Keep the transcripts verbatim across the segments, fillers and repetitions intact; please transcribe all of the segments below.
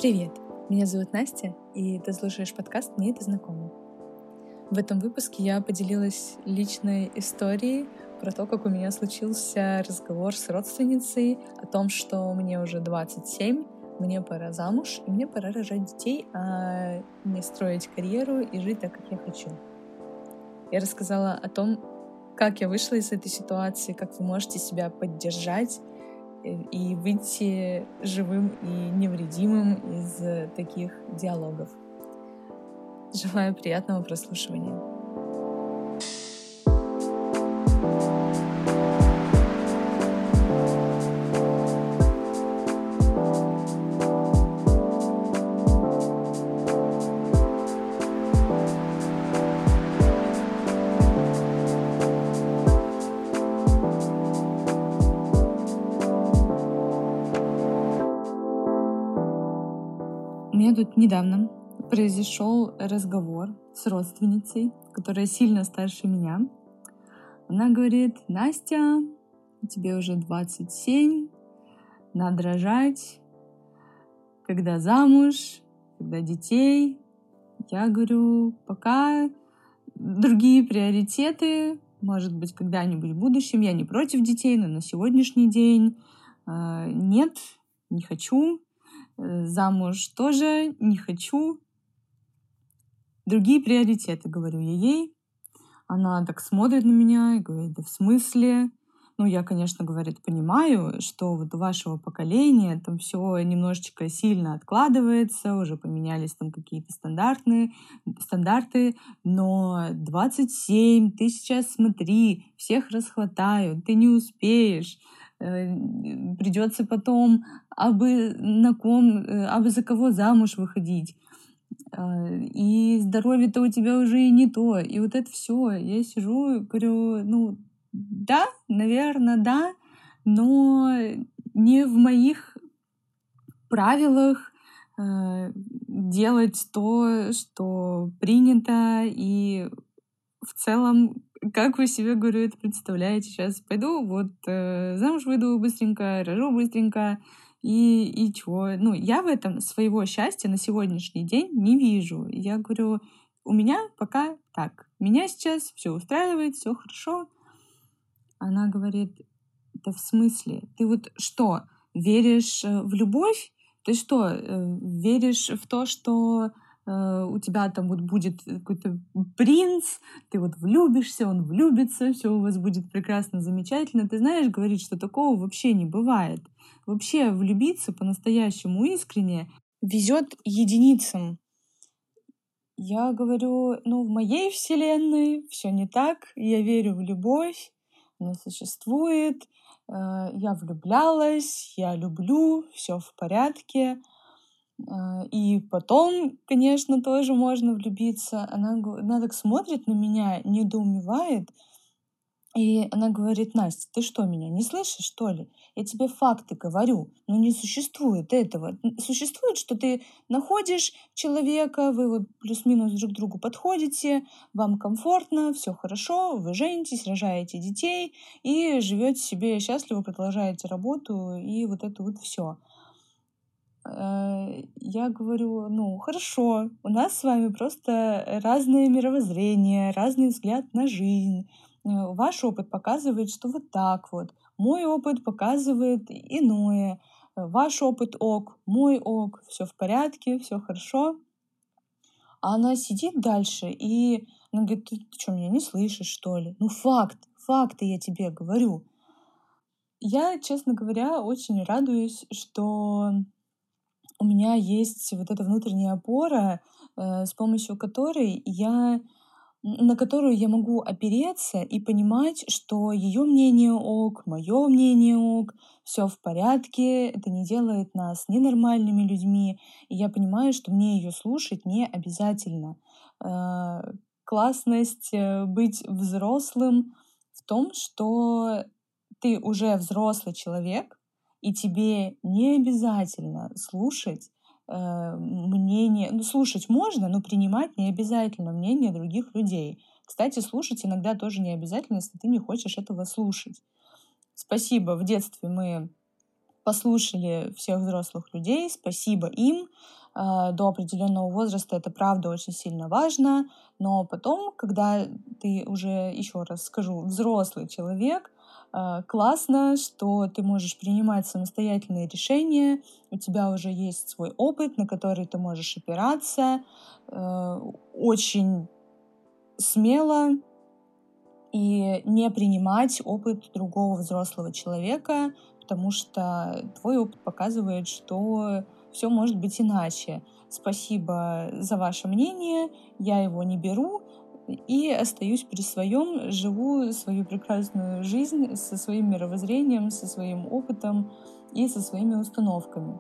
Привет, меня зовут Настя, и ты слушаешь подкаст «Мне это знакомо». В этом выпуске я поделилась личной историей про то, как у меня случился разговор с родственницей о том, что мне уже двадцать семь, мне пора замуж, и мне пора рожать детей, а не строить карьеру и жить так, как я хочу. Я рассказала о том, как я вышла из этой ситуации, как вы можете себя поддержать и выйти живым и невредимым из таких диалогов. Желаю приятного прослушивания. У меня тут недавно произошел разговор с родственницей, которая сильно старше меня. Она говорит: Настя, тебе уже двадцать семь, надо рожать, когда замуж, когда детей. Я говорю, пока другие приоритеты, может быть, когда-нибудь в будущем. Я не против детей, но на сегодняшний день э, нет, не хочу. Замуж тоже не хочу. Другие приоритеты, говорю я ей. Она так смотрит на меня и говорит: да в смысле? Ну, я, конечно, говорит, понимаю, что вот у вашего поколения там все немножечко сильно откладывается, уже поменялись там какие-то стандартные, стандарты, но двадцать семь, ты сейчас смотри, всех расхватают, ты не успеешь. Придется потом абы на ком, абы за кого замуж выходить. И здоровье-то у тебя уже и не то. И вот это все. Я сижу и говорю, ну, да, наверное, да, но не в моих правилах э, делать то, что принято, и в целом, как вы себе, говорю, это представляете? Сейчас пойду, вот э, замуж выйду быстренько, рожу быстренько, и, и чего? Ну, я в этом своего счастья на сегодняшний день не вижу. Я говорю, у меня пока так. Меня сейчас все устраивает, все хорошо. Она говорит, да в смысле? Ты вот что, веришь в любовь? Ты что, веришь в то, что у тебя там вот будет какой-то принц, ты вот влюбишься, он влюбится, все у вас будет прекрасно, замечательно. Ты знаешь, говорит, что такого вообще не бывает. Вообще влюбиться по-настоящему искренне везет единицам. Я говорю, ну в моей вселенной все не так, я верю в любовь, она существует, я влюблялась, я люблю, все в порядке. И потом, конечно, тоже можно влюбиться. Она, она так смотрит на меня, недоумевает. И она говорит, Настя, ты что, меня не слышишь, что ли? Я тебе факты говорю. Ну, не существует этого. Существует, что ты находишь человека, вы вот плюс-минус друг к другу подходите, вам комфортно, все хорошо, вы женитесь, рожаете детей и живете себе счастливо, продолжаете работу и вот это вот все. Я говорю, ну, хорошо, у нас с вами просто разное мировоззрение, разный взгляд на жизнь. Ваш опыт показывает, что вот так вот. Мой опыт показывает иное. Ваш опыт ок, мой ок, все в порядке, все хорошо. А она сидит дальше, и она говорит, ты, ты что, меня не слышишь, что ли? Ну, факт, факты я тебе говорю. Я, честно говоря, очень радуюсь, что у меня есть вот эта внутренняя опора, э, с помощью которой я, на которую я могу опереться и понимать, что ее мнение ок, мое мнение ок, все в порядке, это не делает нас ненормальными людьми, и я понимаю, что мне ее слушать не обязательно. Э, классность э, быть взрослым в том, что ты уже взрослый человек, и тебе не обязательно слушать э, мнение, ну, слушать можно, но принимать не обязательно мнение других людей. Кстати, слушать иногда тоже не обязательно, если ты не хочешь этого слушать. Спасибо, в детстве мы послушали всех взрослых людей, спасибо им. До определенного возраста это правда очень сильно важно, но потом, когда ты уже, еще раз скажу, взрослый человек, классно, что ты можешь принимать самостоятельные решения, у тебя уже есть свой опыт, на который ты можешь опираться, очень смело и не принимать опыт другого взрослого человека, потому что твой опыт показывает, что все может быть иначе. Спасибо за ваше мнение, я его не беру и остаюсь при своем, живу свою прекрасную жизнь со своим мировоззрением, со своим опытом и со своими установками.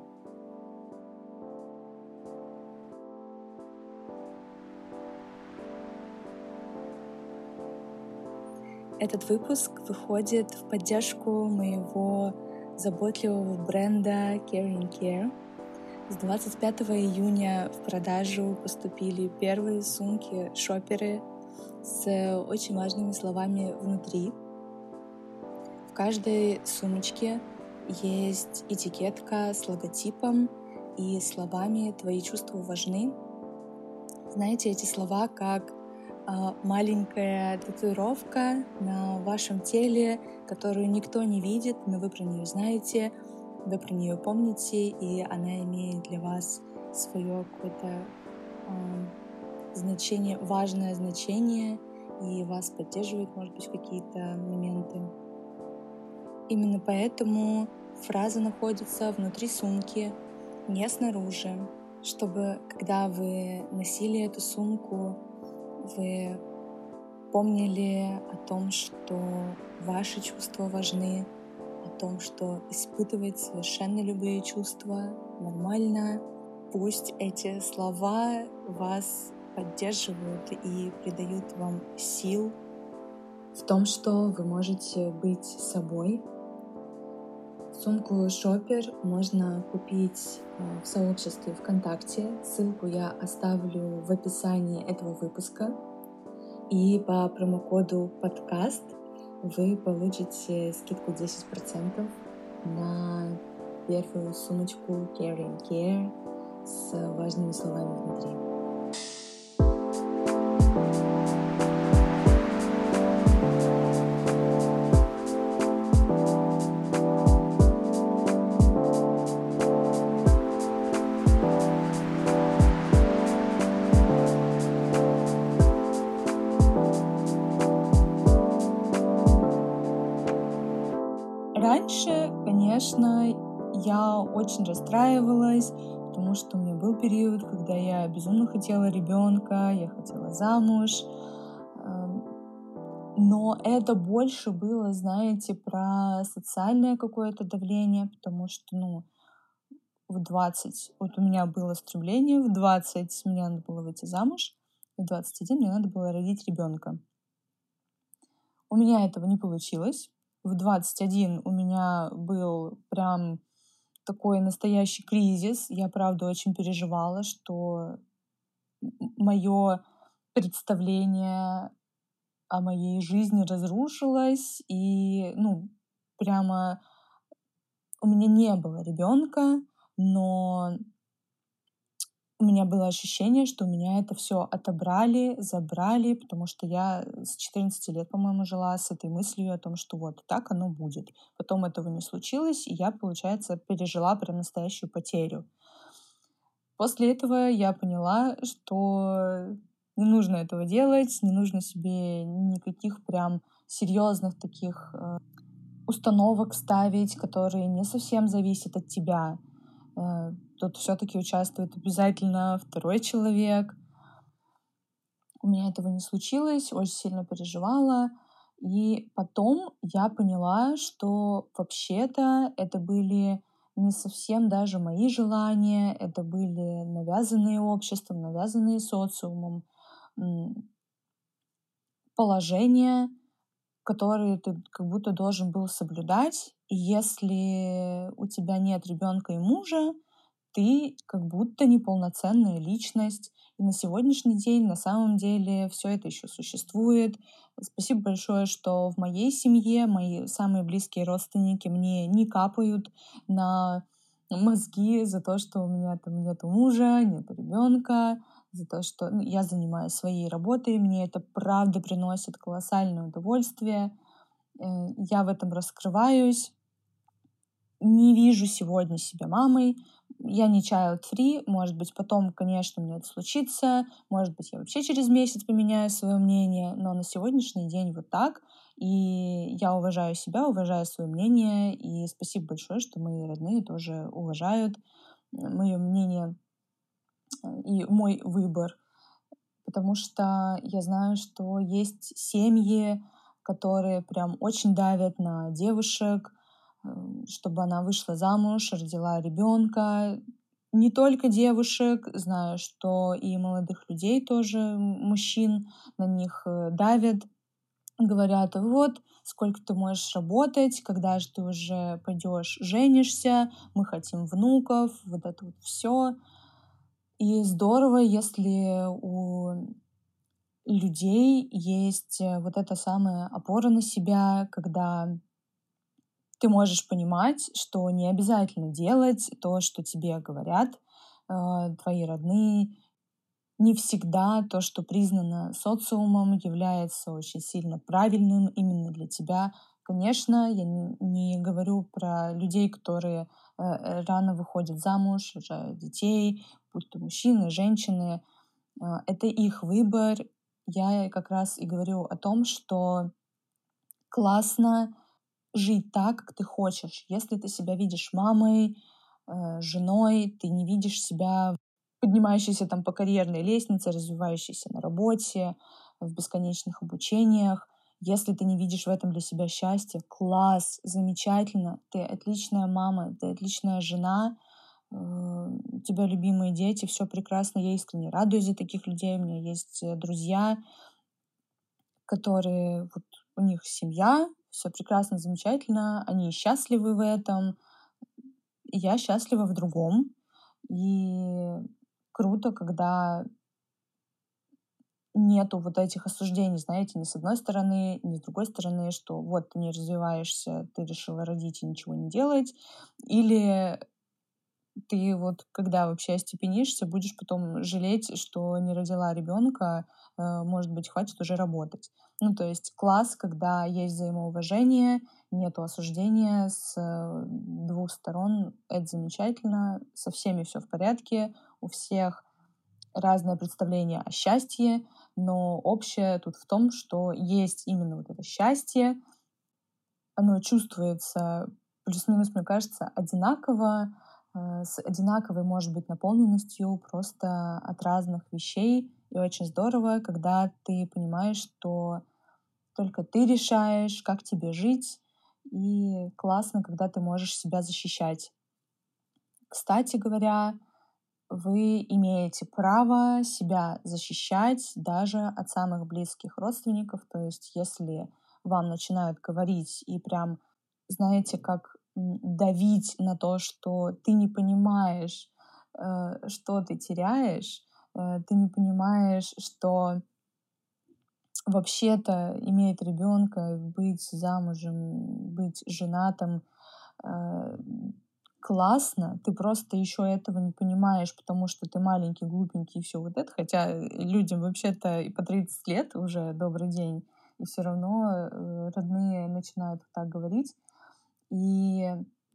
Этот выпуск выходит в поддержку моего заботливого бренда Caring Care. С двадцать пятого июня в продажу поступили первые сумки-шоперы с очень важными словами внутри. В каждой сумочке есть этикетка с логотипом и словами «Твои чувства важны». Знаете, эти слова как маленькая татуировка на вашем теле, которую никто не видит, но вы про нее знаете, вы про нее помните, и она имеет для вас свое какое-то э, значение, важное значение, и вас поддерживает, может быть, в какие-то моменты. Именно поэтому фраза находится внутри сумки, не снаружи, чтобы, когда вы носили эту сумку, вы помнили о том, что ваши чувства важны, о том, что испытывать совершенно любые чувства нормально. Пусть эти слова вас поддерживают и придают вам сил в том, что вы можете быть собой. Сумку Шопер можно купить в сообществе ВКонтакте. Ссылку я оставлю в описании этого выпуска. И по промокоду подкаст вы получите скидку десять процентов на первую сумочку Caring Care с важными словами внутри. Раньше, конечно, я очень расстраивалась, потому что у меня был период, когда я безумно хотела ребенка, я хотела замуж. Но это больше было, знаете, про социальное какое-то давление, потому что, ну, в двадцать, вот у меня было стремление, в двадцать мне надо было выйти замуж, в двадцать один мне надо было родить ребенка. У меня этого не получилось. В двадцать один у меня был прям такой настоящий кризис. Я, правда, очень переживала, что мое представление о моей жизни разрушилось. И, ну, прямо у меня не было ребенка, но у меня было ощущение, что у меня это все отобрали, забрали, потому что я с четырнадцати лет, по-моему, жила с этой мыслью о том, что вот так оно будет. Потом этого не случилось, и я, получается, пережила прям настоящую потерю. После этого я поняла, что не нужно этого делать, не нужно себе никаких прям серьезных таких э, установок ставить, которые не совсем зависят от тебя. Тут все-таки участвует обязательно второй человек. У меня этого не случилось, очень сильно переживала. И потом я поняла, что вообще-то это были не совсем даже мои желания, это были навязанные обществом, навязанные социумом положения, которые ты как будто должен был соблюдать. И если у тебя нет ребенка и мужа, ты как будто неполноценная личность. И на сегодняшний день на самом деле все это еще существует. Спасибо большое, что в моей семье мои самые близкие родственники мне не капают на мозги за то, что у меня там нету мужа, нету ребенка, за то, что ну, я занимаюсь своей работой, мне это правда приносит колоссальное удовольствие. Э, Я в этом раскрываюсь, не вижу сегодня себя мамой. Я не child-free. Может быть, потом, конечно, у меня это случится. Может быть, я вообще через месяц поменяю свое мнение. Но на сегодняшний день вот так. И я уважаю себя, уважаю свое мнение. И спасибо большое, что мои родные тоже уважают мое мнение э, и мой выбор. Потому что я знаю, что есть семьи, которые прям очень давят на девушек, э, чтобы она вышла замуж, родила ребенка. Не только девушек, знаю, что и молодых людей тоже, м, мужчин на них э, давят, говорят, вот, сколько ты можешь работать, когда же ты уже пойдешь, женишься, мы хотим внуков, вот это вот все. И здорово, если у людей есть э, вот эта самая опора на себя, когда ты можешь понимать, что не обязательно делать то, что тебе говорят э, твои родные. Не всегда то, что признано социумом, является очень сильно правильным именно для тебя. Конечно, я не, не говорю про людей, которые э, э, рано выходят замуж, рожают детей, будь то мужчины, женщины. Э, Это их выбор. Я как раз и говорю о том, что классно жить так, как ты хочешь. Если ты себя видишь мамой, э, женой, ты не видишь себя поднимающейся там по карьерной лестнице, развивающейся на работе, в бесконечных обучениях. Если ты не видишь в этом для себя счастья, класс, замечательно, ты отличная мама, ты отличная жена, э, у тебя любимые дети, все прекрасно, я искренне радуюсь за таких людей, у меня есть э, друзья, которые вот у них семья, все прекрасно, замечательно, они счастливы в этом, и я счастлива в другом. И круто, когда нету вот этих осуждений, знаете, ни с одной стороны, ни с другой стороны, что вот ты не развиваешься, ты решила родить и ничего не делать, или ты вот когда вообще остепенишься, будешь потом жалеть, что не родила ребенка, э, может быть, хватит уже работать. Ну, то есть класс, когда есть взаимоуважение, нету осуждения с э, двух сторон, это замечательно, со всеми все в порядке, у всех разное представление о счастье, но общее тут в том, что есть именно вот это счастье, оно чувствуется плюс-минус, мне кажется, одинаково, э, с одинаковой, может быть, наполненностью просто от разных вещей. И очень здорово, когда ты понимаешь, что только ты решаешь, как тебе жить, и классно, когда ты можешь себя защищать. Кстати говоря, вы имеете право себя защищать даже от самых близких родственников. То есть если вам начинают говорить и прям, знаете, как м, давить на то, что ты не понимаешь, э, что ты теряешь, э, ты не понимаешь, что вообще-то иметь ребенка, быть замужем, быть женатым э, классно, ты просто еще этого не понимаешь, потому что ты маленький, глупенький и все вот это, хотя людям вообще-то и по тридцать лет уже добрый день, и все равно э, родные начинают вот так говорить. И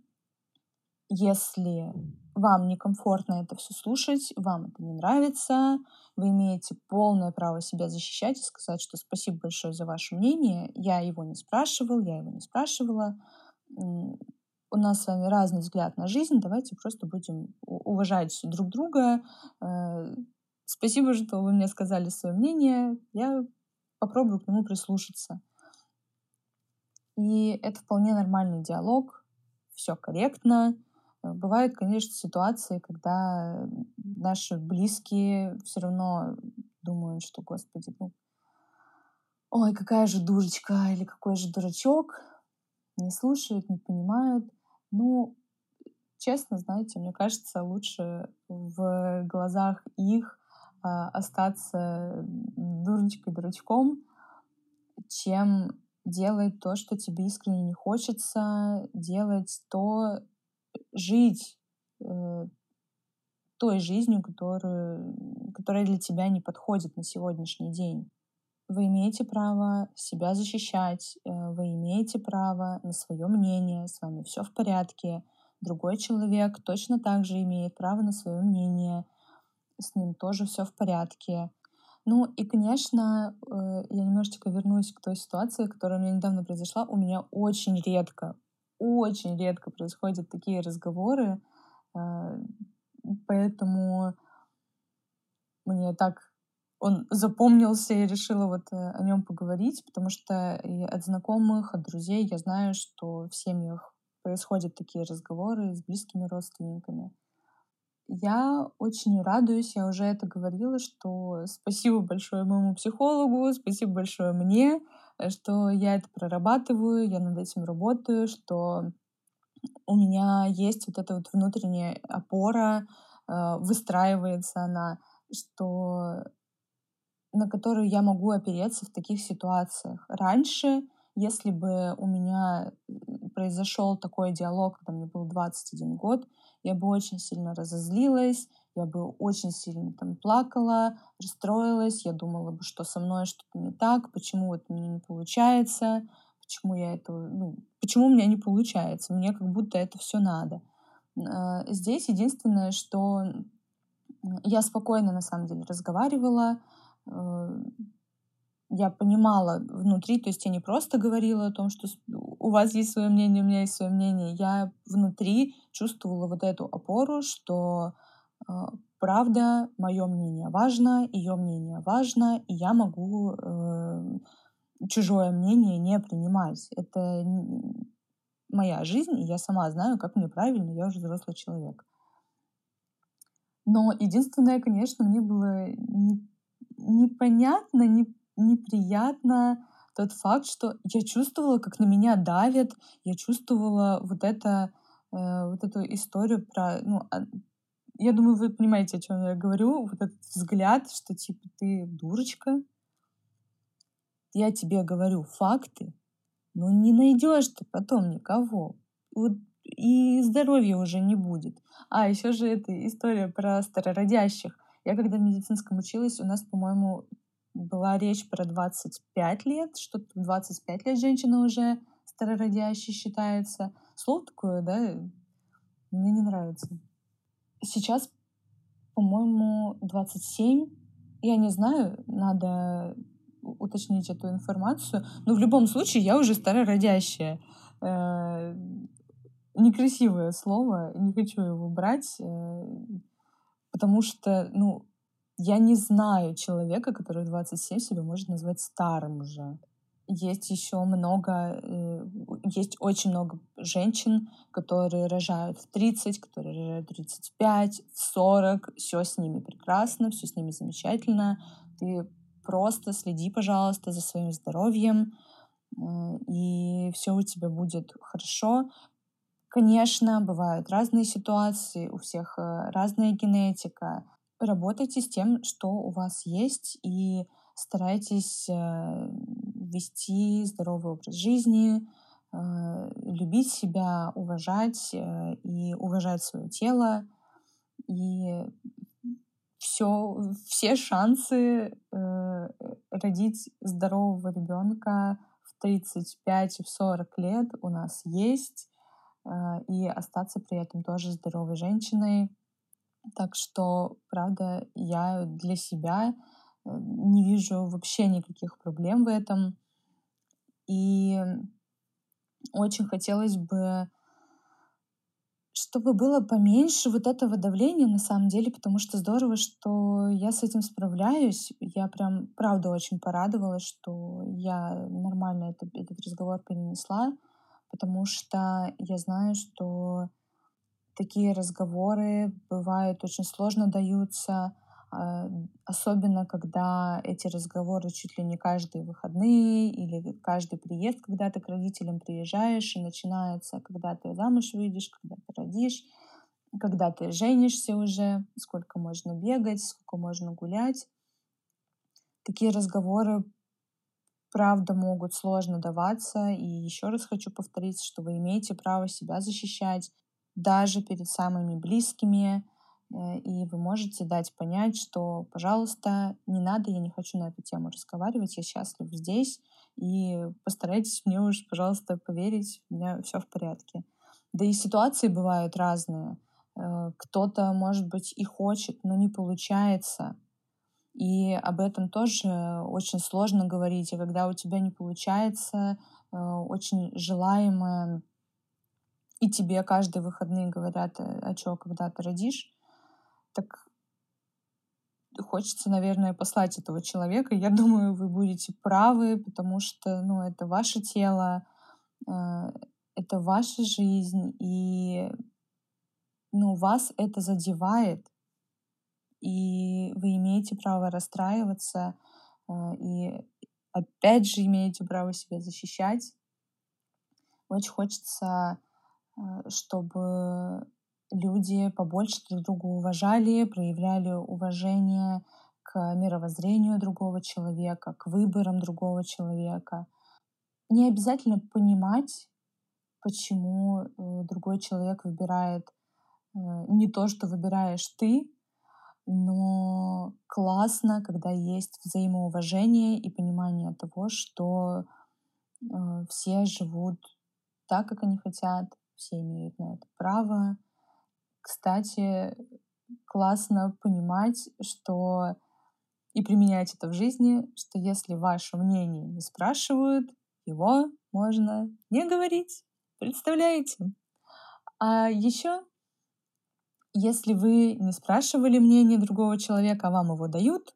если вам некомфортно это все слушать, вам это не нравится, вы имеете полное право себя защищать и сказать, что спасибо большое за ваше мнение, я его не спрашивал, я его не спрашивала, м, у нас с вами разный взгляд на жизнь, давайте просто будем у- уважать друг друга. Э, Спасибо, что вы мне сказали свое мнение, я попробую к нему прислушаться. И это вполне нормальный диалог, все корректно. Э, Бывают, конечно, ситуации, когда наши близкие все равно думают, что, господи, ну, ой, какая же дурочка или какой же дурачок, не слушают, не понимают. Ну, честно, знаете, мне кажется, лучше в глазах их а, остаться дурочкой-дурачком, чем делать то, что тебе искренне не хочется, делать то, жить э, той жизнью, которую, которая для тебя не подходит на сегодняшний день. Вы имеете право себя защищать, э, вы имеете право на свое мнение, с вами все в порядке. Другой человек точно так же имеет право на свое мнение, с ним тоже все в порядке. Ну и, конечно, э, я немножечко вернусь к той ситуации, которая у меня недавно произошла. У меня очень редко, очень редко происходят такие разговоры, э, поэтому мне так он запомнился, и решила вот э, о нем поговорить, потому что и от знакомых, от друзей я знаю, что в семьях происходят такие разговоры с близкими родственниками. Я очень радуюсь, я уже это говорила, что спасибо большое моему психологу, спасибо большое мне, э, что я это прорабатываю, я над этим работаю, что у меня есть вот эта вот внутренняя опора, э, выстраивается она, что на которую я могу опереться в таких ситуациях. Раньше, если бы у меня произошел такой диалог, когда мне был двадцать один год, я бы очень сильно разозлилась, я бы очень сильно там плакала, расстроилась, я думала бы, что со мной что-то не так, почему вот у меня не получается, почему я это, ну, почему у меня не получается, мне как будто это все надо. А, Здесь единственное, что я спокойно на самом деле разговаривала, э, я понимала внутри, то есть я не просто говорила о том, что с- у вас есть свое мнение, у меня есть свое мнение. Я внутри чувствовала вот эту опору, что э, правда, мое мнение важно, ее мнение важно, и я могу э, чужое мнение не принимать. Это н- моя жизнь, и я сама знаю, как мне правильно, я уже взрослый человек. Но единственное, конечно, мне было не непонятно, не неприятно тот факт, что я чувствовала, как на меня давят. Я чувствовала вот это, э, вот эту историю про, ну, а, я думаю, вы понимаете, о чем я говорю. Вот этот взгляд, что типа ты дурочка, я тебе говорю факты, но не найдешь ты потом никого. Вот и здоровья уже не будет. А еще же эта история про старородящих. Я когда в медицинском училась, у нас, по-моему, была речь про двадцать пять лет, что в двадцать пять лет женщина уже старородящей считается. Слово такое, да, мне не нравится. Сейчас, по-моему, двадцать семь. Я не знаю, надо у- уточнить эту информацию. Но в любом случае я уже старородящая. Э, Некрасивое слово, не хочу его брать, э, потому что, ну, я не знаю человека, который в двадцать семь себя может назвать старым уже. Есть еще много, э, есть очень много женщин, которые рожают в тридцать, которые рожают в тридцать пять, в сорок. Все с ними прекрасно, все с ними замечательно. Ты просто следи, пожалуйста, за своим здоровьем, э, и все у тебя будет хорошо. Конечно, бывают разные ситуации, у всех э, разная генетика. Работайте с тем, что у вас есть, и старайтесь э, вести здоровый образ жизни, э, любить себя, уважать э, и уважать свое тело. И все, все шансы э, родить здорового ребенка в тридцать пять и в сорок лет у нас есть, а, и остаться при этом тоже здоровой женщиной. Так что, правда, я для себя э, не вижу вообще никаких проблем в этом. И очень хотелось бы, чтобы было поменьше вот этого давления на самом деле, потому что здорово, что я с этим справляюсь. Я прям, правда, очень порадовалась, что я нормально это- этот разговор перенесла, потому что я знаю, что такие разговоры бывают очень сложно даются, а, особенно когда эти разговоры чуть ли не каждые выходные или каждый приезд, когда ты к родителям приезжаешь, и начинается, когда ты замуж выйдешь, когда ты родишь. когда ты женишься уже, сколько можно бегать, сколько можно гулять. Такие разговоры, правда, могут сложно даваться. И еще раз хочу повторить, что вы имеете право себя защищать даже перед самыми близкими. Э, И вы можете дать понять, что, пожалуйста, не надо, я не хочу на эту тему разговаривать, я счастлив здесь. И постарайтесь мне уж, пожалуйста, поверить, у меня все в порядке. Да и ситуации бывают разные. Э, Кто-то, может быть, и хочет, но не получается. И об этом тоже очень сложно говорить. И когда у тебя не получается, э, очень желаемое, и тебе каждые выходные говорят, э, а чё, когда ты родишь, так хочется, наверное, послать этого человека. Я думаю, вы будете правы, потому что, ну, это ваше тело, э, это ваша жизнь, и, ну, вас это задевает, и вы имеете право расстраиваться, э, и опять же имеете право себя защищать. Очень хочется, э, чтобы люди побольше друг друга уважали, проявляли уважение к мировоззрению другого человека, к выборам другого человека. Не обязательно понимать, почему э, другой человек выбирает э, не то, что выбираешь ты, но классно, когда есть взаимоуважение и понимание того, что э, все живут так, как они хотят, все имеют на это право. Кстати, классно понимать, что и применять это в жизни, что если ваше мнение не спрашивают, его можно не говорить. Представляете? А еще, если вы не спрашивали мнение другого человека, а вам его дают,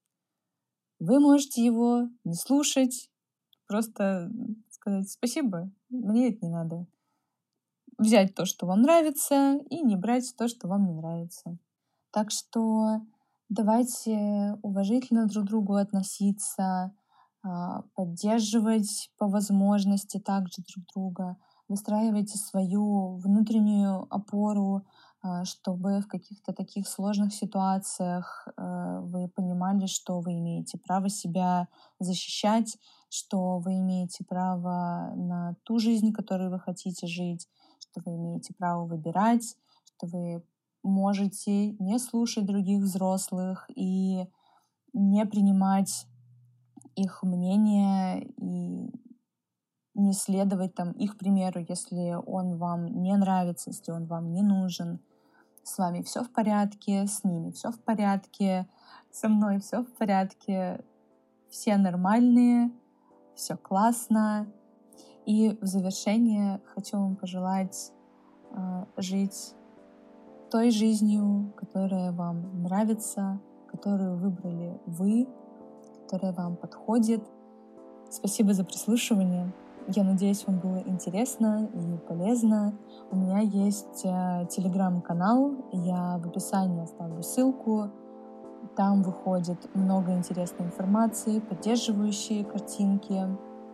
вы можете его не слушать, просто сказать спасибо, мне это не надо. Взять то, что вам нравится, и не брать то, что вам не нравится. Так что давайте уважительно друг к другу относиться, а, поддерживать по возможности также друг друга, выстраивайте свою внутреннюю опору, а, чтобы в каких-то таких сложных ситуациях э, вы понимали, что вы имеете право себя защищать, что вы имеете право на ту жизнь, которую вы хотите жить, что вы имеете право выбирать, что вы можете не слушать других взрослых и не принимать их мнение и не следовать там их примеру, если он вам не нравится, если он вам не нужен. С вами все в порядке, с ними все в порядке, со мной все в порядке, все нормальные, все классно. И в завершение хочу вам пожелать э, жить той жизнью, которая вам нравится, которую выбрали вы, которая вам подходит. Спасибо за прослушивание. Я надеюсь, вам было интересно и полезно. У меня есть э, телеграм-канал, я в описании оставлю ссылку. Там выходит много интересной информации, поддерживающие картинки.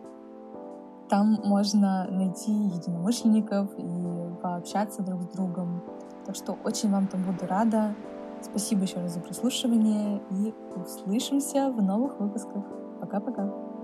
Там можно найти единомышленников и пообщаться друг с другом. Так что очень вам там буду рада. Спасибо еще раз за прослушивание и услышимся в новых выпусках. Пока-пока.